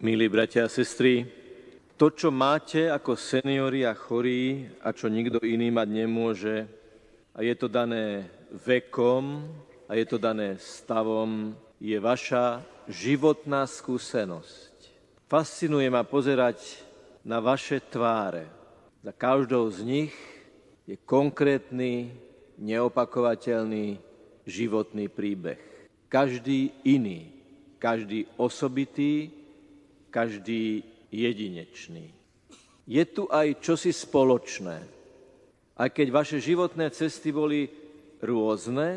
Milí bratia a sestry, to, čo máte ako seniori a chorí a čo nikto iný mať nemôže, a je to dané vekom a je to dané stavom, je vaša životná skúsenosť. Fascinuje ma pozerať na vaše tváre. Za každou z nich je konkrétny, neopakovateľný životný príbeh. Každý iný, každý osobitý, každý jedinečný. Je tu aj čosi spoločné. Aj keď vaše životné cesty boli rôzne,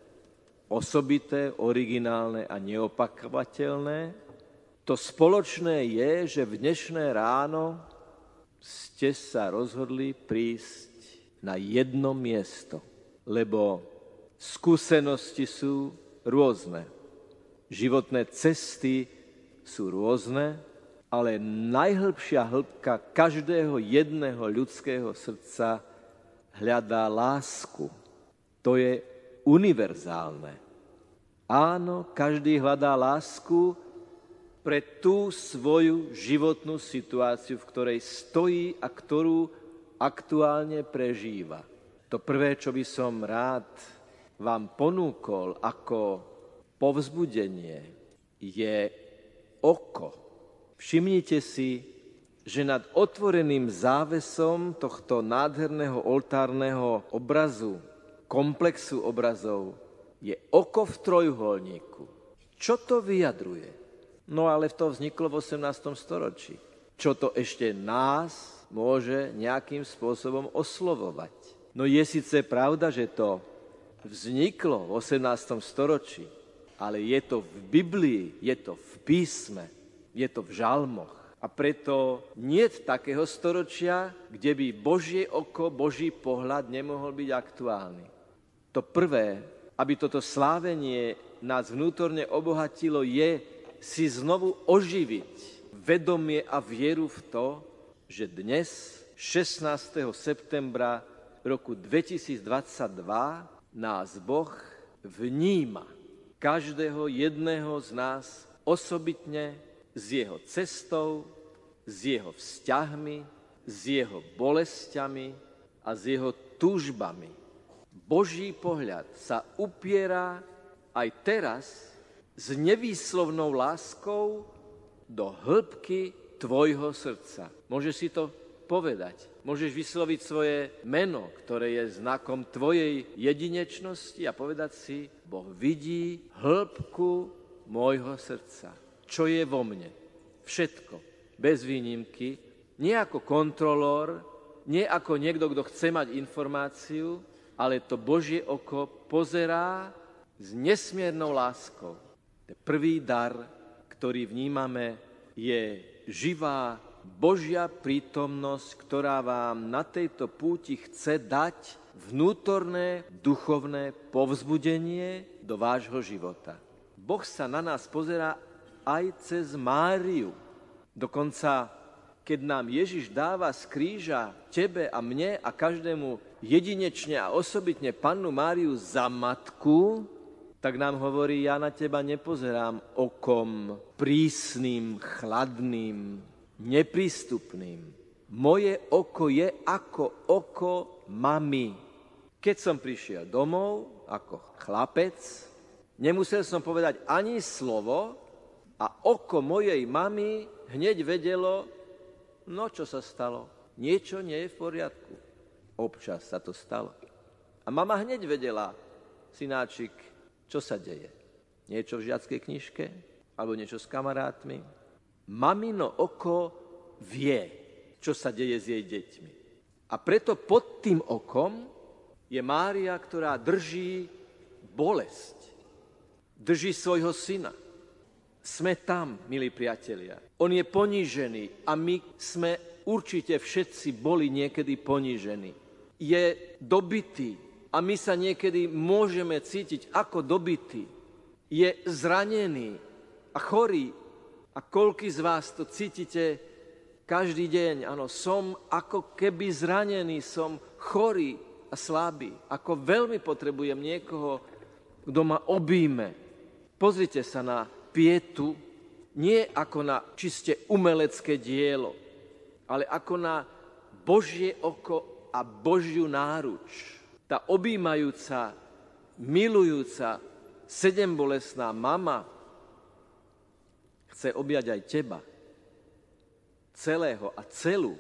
osobité, originálne a neopakovateľné, to spoločné je, že v dnešné ráno ste sa rozhodli prísť na jedno miesto, lebo skúsenosti sú rôzne. Životné cesty sú rôzne, ale najhlbšia hĺbka každého jedného ľudského srdca hľadá lásku. To je univerzálne. Áno, každý hľadá lásku pre tú svoju životnú situáciu, v ktorej stojí a ktorú aktuálne prežíva. To prvé, čo by som rád vám ponúkol ako povzbudenie, je oko. Všimnite si, že nad otvoreným závesom tohto nádherného oltárneho obrazu, komplexu obrazov, je oko v trojuholníku. Čo to vyjadruje? No ale to vzniklo v 18. storočí. Čo to ešte nás môže nejakým spôsobom oslovovať? No je síce pravda, že to vzniklo v 18. storočí, ale je to v Biblii, je to v písme, je to v žalmoch. A preto niet takého storočia, kde by Božie oko, Boží pohľad nemohol byť aktuálny. To prvé, aby toto slávenie nás vnútorne obohatilo, je si znovu oživiť vedomie a vieru v to, že dnes, 16. septembra roku 2022, nás Boh vníma, každého jedného z nás osobitne, s jeho cestou, s jeho vzťahmi, s jeho bolesťami a s jeho túžbami. Boží pohľad sa upiera aj teraz s nevýslovnou láskou do hĺbky tvojho srdca. Môžeš si to povedať. Môžeš vysloviť svoje meno, ktoré je znakom tvojej jedinečnosti a povedať si, Boh vidí hĺbku môjho srdca. Čo je vo mne? Všetko. Bez výnimky. Nie ako kontrolór, nie ako niekto, kto chce mať informáciu, ale to Božie oko pozerá s nesmiernou láskou. Prvý dar, ktorý vnímame, je živá Božia prítomnosť, ktorá vám na tejto púti chce dať vnútorné, duchovné povzbudenie do vášho života. Boh sa na nás pozerá aj cez Máriu. Dokonca, keď nám Ježiš dáva z kríža tebe a mne a každému jedinečne a osobitne Pannu Máriu za matku, tak nám hovorí, ja na teba nepozerám okom prísnym, chladným, neprístupným. Moje oko je ako oko mami. Keď som prišiel domov ako chlapec, nemusel som povedať ani slovo a oko mojej mamy hneď vedelo, no čo sa stalo, niečo nie je v poriadku. Občas sa to stalo. A mama hneď vedela, synáčik, čo sa deje. Niečo v žiackej knižke, alebo niečo s kamarátmi. Mamino oko vie, čo sa deje s jej deťmi. A preto pod tým okom je Mária, ktorá drží bolesť. Drží svojho syna. Sme tam, milí priatelia. On je ponížený a my sme určite všetci boli niekedy ponížení. Je dobitý a my sa niekedy môžeme cítiť ako dobitý. Je zranený a chorý. A koľký z vás to cítite každý deň? Áno, som ako keby zranený, som chorý a slabý. Ako veľmi potrebujem niekoho, kto ma obíme. Pozrite sa na pietu nie ako na čiste umelecké dielo, ale ako na Božie oko a Božiu náruč. Tá objímajúca, milujúca, sedembolestná mama chce objať aj teba, celého a celú,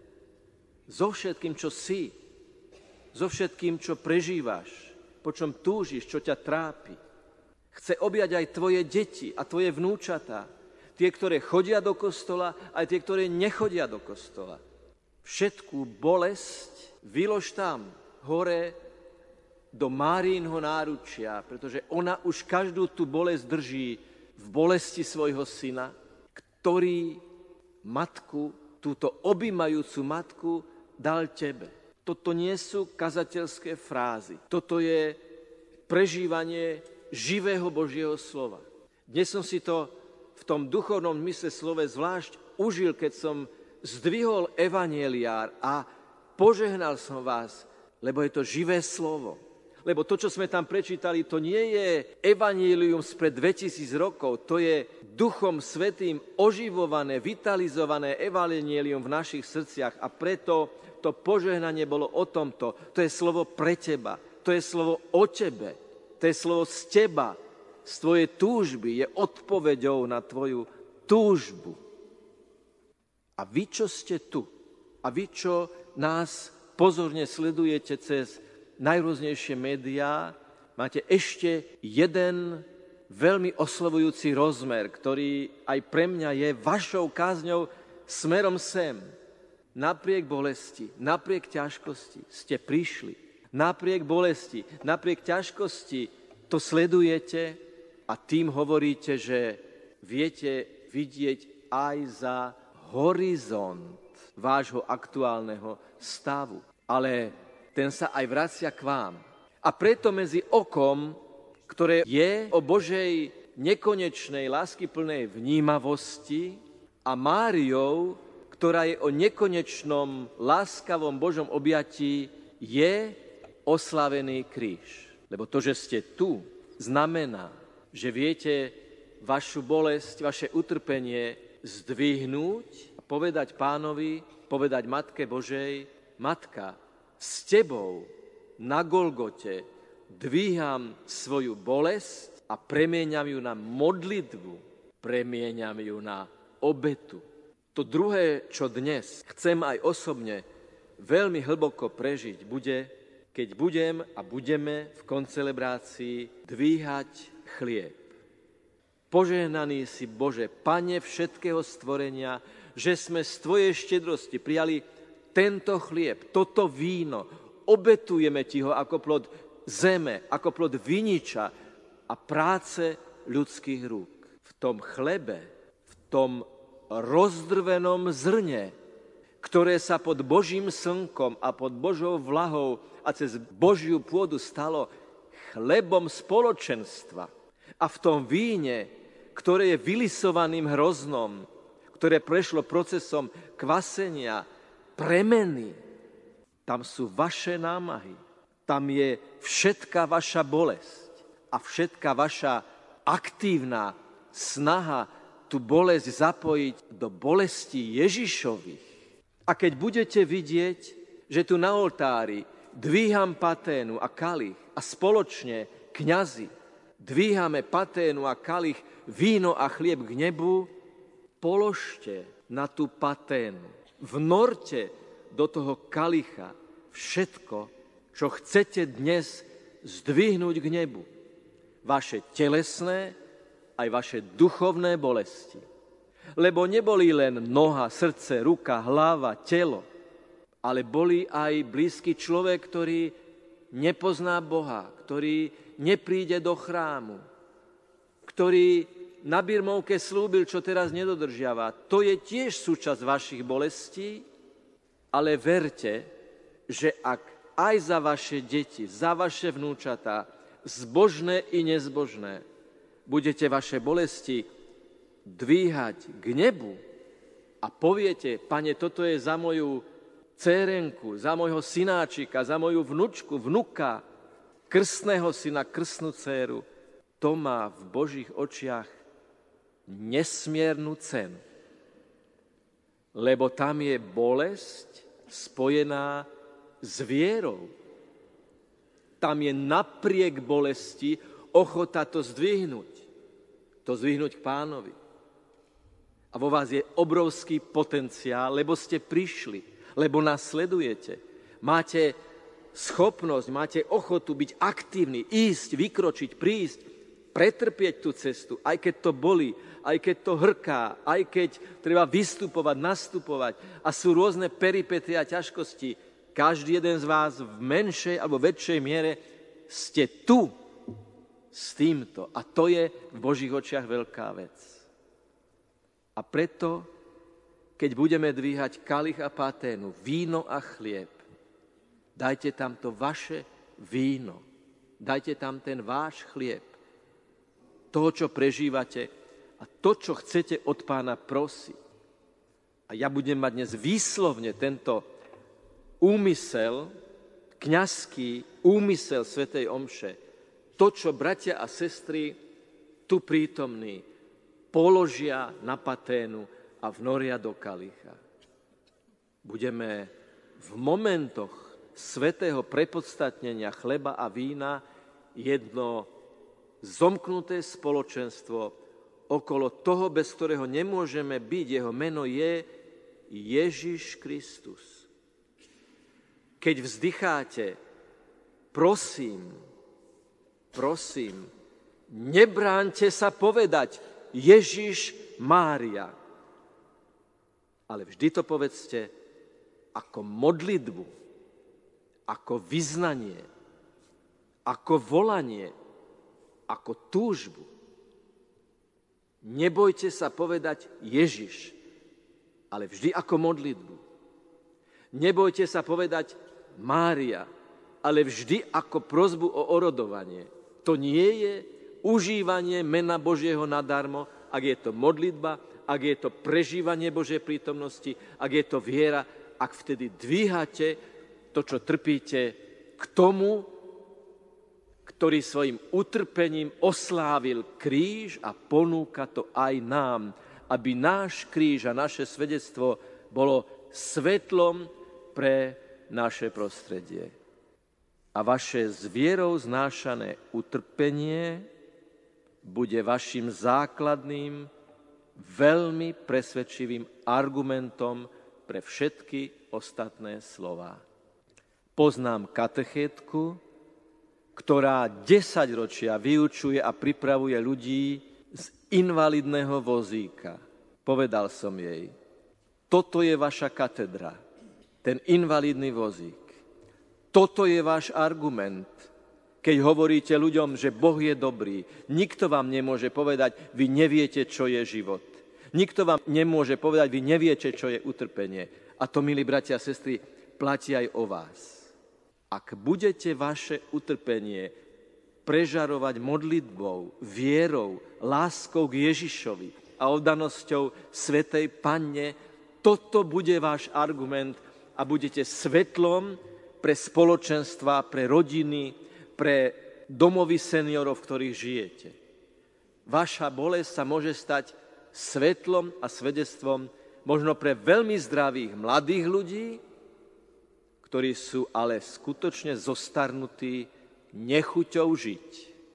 so všetkým, čo si, so všetkým, čo prežívaš, po čom túžiš, čo ťa trápi. Chce objať aj tvoje deti a tvoje vnúčatá, tie, ktoré chodia do kostola, aj tie, ktoré nechodia do kostola. Všetkú bolesť vylož tam, hore, do Máriinho náručia, pretože ona už každú tú bolesť drží v bolesti svojho syna, ktorý matku, túto objímajúcu matku, dal tebe. Toto nie sú kazateľské frázy. Toto je prežívanie živého Božieho slova. Dnes som si to v tom duchovnom mysle slove zvlášť užil, keď som zdvihol evanjeliár a požehnal som vás, lebo je to živé slovo. Lebo to, čo sme tam prečítali, to nie je evanjelium spred 2000 rokov, to je Duchom Svätým oživované, vitalizované evanjelium v našich srdciach a preto to požehnanie bolo o tomto. To je slovo pre teba, to je slovo o tebe, to je slovo z teba, z tvojej túžby, je odpoveďou na tvoju túžbu. A vy, čo ste tu, a vy, čo nás pozorne sledujete cez najrôznejšie médiá, máte ešte jeden veľmi oslovujúci rozmer, ktorý aj pre mňa je vašou kázňou smerom sem. Napriek bolesti, napriek ťažkosti ste prišli. Napriek bolesti, napriek ťažkosti to sledujete a tým hovoríte, že viete vidieť aj za horizont vášho aktuálneho stavu. Ale ten sa aj vracia k vám. A preto medzi okom, ktoré je o Božej nekonečnej láskyplnej vnímavosti a Máriou, ktorá je o nekonečnom láskavom Božom objatí, je oslavený kríž. Lebo to, že ste tu, znamená, že viete vašu bolesť, vaše utrpenie zdvihnúť a povedať Pánovi, povedať Matke Božej, Matka, s tebou na Golgote dvíham svoju bolesť a premieňam ju na modlitbu, premieňam ju na obetu. To druhé, čo dnes chcem aj osobne veľmi hlboko prežiť, bude, keď budem a budeme v koncelebrácii dvíhať chlieb. Požehnaný si, Bože, Pane všetkého stvorenia, že sme z Tvojej štedrosti prijali tento chlieb, toto víno, obetujeme Ti ho ako plod zeme, ako plod viniča a práce ľudských rúk. V tom chlebe, v tom rozdrvenom zrne, ktoré sa pod Božím slnkom a pod Božou vlahou a cez Božiu pôdu stalo chlebom spoločenstva. A v tom víne, ktoré je vylisovaným hroznom, ktoré prešlo procesom kvasenia, premeny, tam sú vaše námahy, tam je všetká vaša bolesť a všetká vaša aktívna snaha tú bolesť zapojiť do bolesti Ježišových. A keď budete vidieť, že tu na oltári dvíham paténu a kalich a spoločne kňazi dvíhame paténu a kalich, víno a chlieb k nebu, položte na tú paténu, vnorte do toho kalicha všetko, čo chcete dnes zdvihnúť k nebu. Vaše telesné, aj vaše duchovné bolesti. Lebo neboli len noha, srdce, ruka, hlava, telo, ale boli aj blízky človek, ktorý nepozná Boha, ktorý nepríde do chrámu, ktorý na birmovke slúbil, čo teraz nedodržiava. To je tiež súčasť vašich bolestí, ale verte, že ak aj za vaše deti, za vaše vnúčatá, zbožné i nezbožné, budete vaše bolesti dvíhať k nebu a poviete, Pane, toto je za moju dcérenku, za mojho synáčika, za moju vnučku, vnuka, krstného syna, krstnú dcéru, to má v Božích očiach nesmiernu cenu. Lebo tam je bolesť spojená s vierou. Tam je napriek bolesti ochota to zdvihnúť k Pánovi. A vo vás je obrovský potenciál, lebo ste prišli, lebo nás sledujete. Máte schopnosť, máte ochotu byť aktívni, ísť, vykročiť, prísť, pretrpieť tú cestu, aj keď to bolí, aj keď to hrká, aj keď treba vystupovať, nastupovať a sú rôzne peripety a ťažkosti. Každý jeden z vás v menšej alebo väčšej miere ste tu s týmto. A to je v Božích očiach veľká vec. A preto, keď budeme dvíhať kalich a paténu, víno a chlieb, dajte tam to vaše víno, dajte tam ten váš chlieb, toho, čo prežívate a to, čo chcete od Pána prosiť. A ja budem mať dnes výslovne tento úmysel, kňazský úmysel svätej omše, to, čo bratia a sestry tu prítomní položia na paténu a vnoria do kalicha. Budeme v momentoch svätého prepodstatnenia chleba a vína jedno zomknuté spoločenstvo okolo toho, bez ktorého nemôžeme byť. Jeho meno je Ježiš Kristus. Keď vzdycháte, prosím, nebráňte sa povedať Ježiš Mária. Ale vždy to povedzte ako modlitbu, ako vyznanie, ako volanie, ako túžbu. Nebojte sa povedať Ježiš, ale vždy ako modlitbu. Nebojte sa povedať Mária, ale vždy ako prosbu o orodovanie. To nie je užívanie mena Božieho nadarmo, ak je to modlitba, ak je to prežívanie Božej prítomnosti, ak je to viera, ak vtedy dvíhate to, čo trpíte, k tomu, ktorý svojim utrpením oslávil kríž a ponúka to aj nám, aby náš kríž a naše svedectvo bolo svetlom pre naše prostredie. A vaše s vierou znášané utrpenie bude vašim základným, veľmi presvedčivým argumentom pre všetky ostatné slová. Poznám katechétku, ktorá 10 ročia vyučuje a pripravuje ľudí z invalidného vozíka. Povedal som jej, toto je vaša katedra, ten invalidný vozík. Toto je váš argument, keď hovoríte ľuďom, že Boh je dobrý. Nikto vám nemôže povedať, vy neviete, čo je život. Nikto vám nemôže povedať, vy neviete, čo je utrpenie. A to, milí bratia a sestry, platí aj o vás. Ak budete vaše utrpenie prežarovať modlitbou, vierou, láskou k Ježišovi a oddanosťou Svätej Panne, toto bude váš argument a budete svetlom pre spoločenstva, pre rodiny, pre domovy seniorov, v ktorých žijete. Vaša bolesť sa môže stať svetlom a svedectvom možno pre veľmi zdravých mladých ľudí, ktorí sú ale skutočne zostarnutí nechuťou žiť.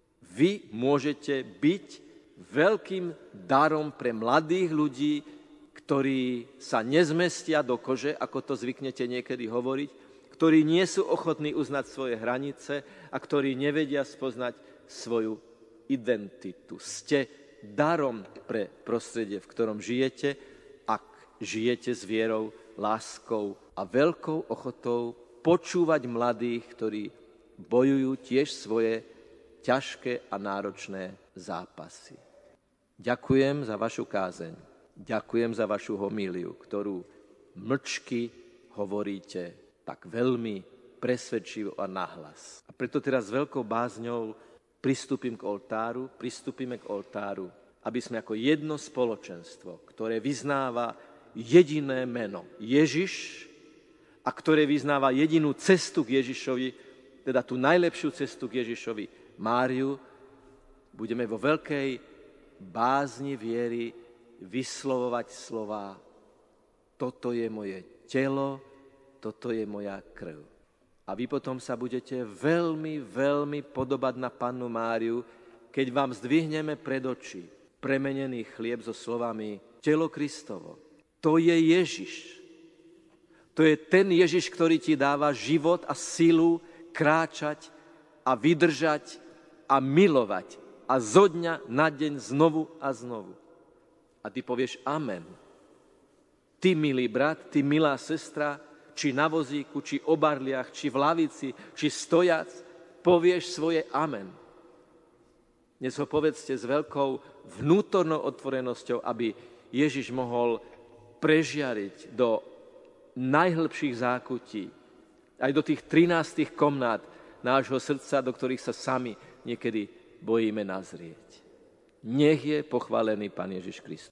Vy môžete byť veľkým darom pre mladých ľudí, ktorí sa nezmestia do kože, ako to zvyknete niekedy hovoriť, ktorí nie sú ochotní uznať svoje hranice a ktorí nevedia spoznať svoju identitu. Ste darom pre prostredie, v ktorom žijete, ak žijete s vierou, láskou a veľkou ochotou počúvať mladých, ktorí bojujú tiež svoje ťažké a náročné zápasy. Ďakujem za vašu kázeň. Ďakujem za vašu homíliu, ktorú mlčky hovoríte tak veľmi presvedčivo a nahlas. A preto teraz s veľkou bázňou pristúpime k oltáru, aby sme ako jedno spoločenstvo, ktoré vyznáva jediné meno Ježiš a ktoré vyznáva jedinú cestu k Ježišovi, teda tú najlepšiu cestu k Ježišovi, Máriu, budeme vo veľkej bázni viery vyslovovať slová: toto je moje telo, toto je moja krv. A vy potom sa budete veľmi, veľmi podobať na Pannu Máriu, keď vám zdvihneme pred oči premenený chlieb so slovami telo Kristovo. To je Ježiš. To je ten Ježiš, ktorý ti dáva život a silu kráčať a vydržať a milovať a zo dňa na deň znovu a znovu. A ty povieš amen. Ty, milý brat, ty, milá sestra, či na vozíku, či o barliach, či v lavici, či stojac, povieš svoje amen. Dnes ho povedzte s veľkou vnútornou otvorenosťou, aby Ježiš mohol prežiariť do najhlbších zákutí, aj do tých 13 komnát nášho srdca, do ktorých sa sami niekedy bojíme nazrieť. Nech je pochválený Pán Ježiš Kristus.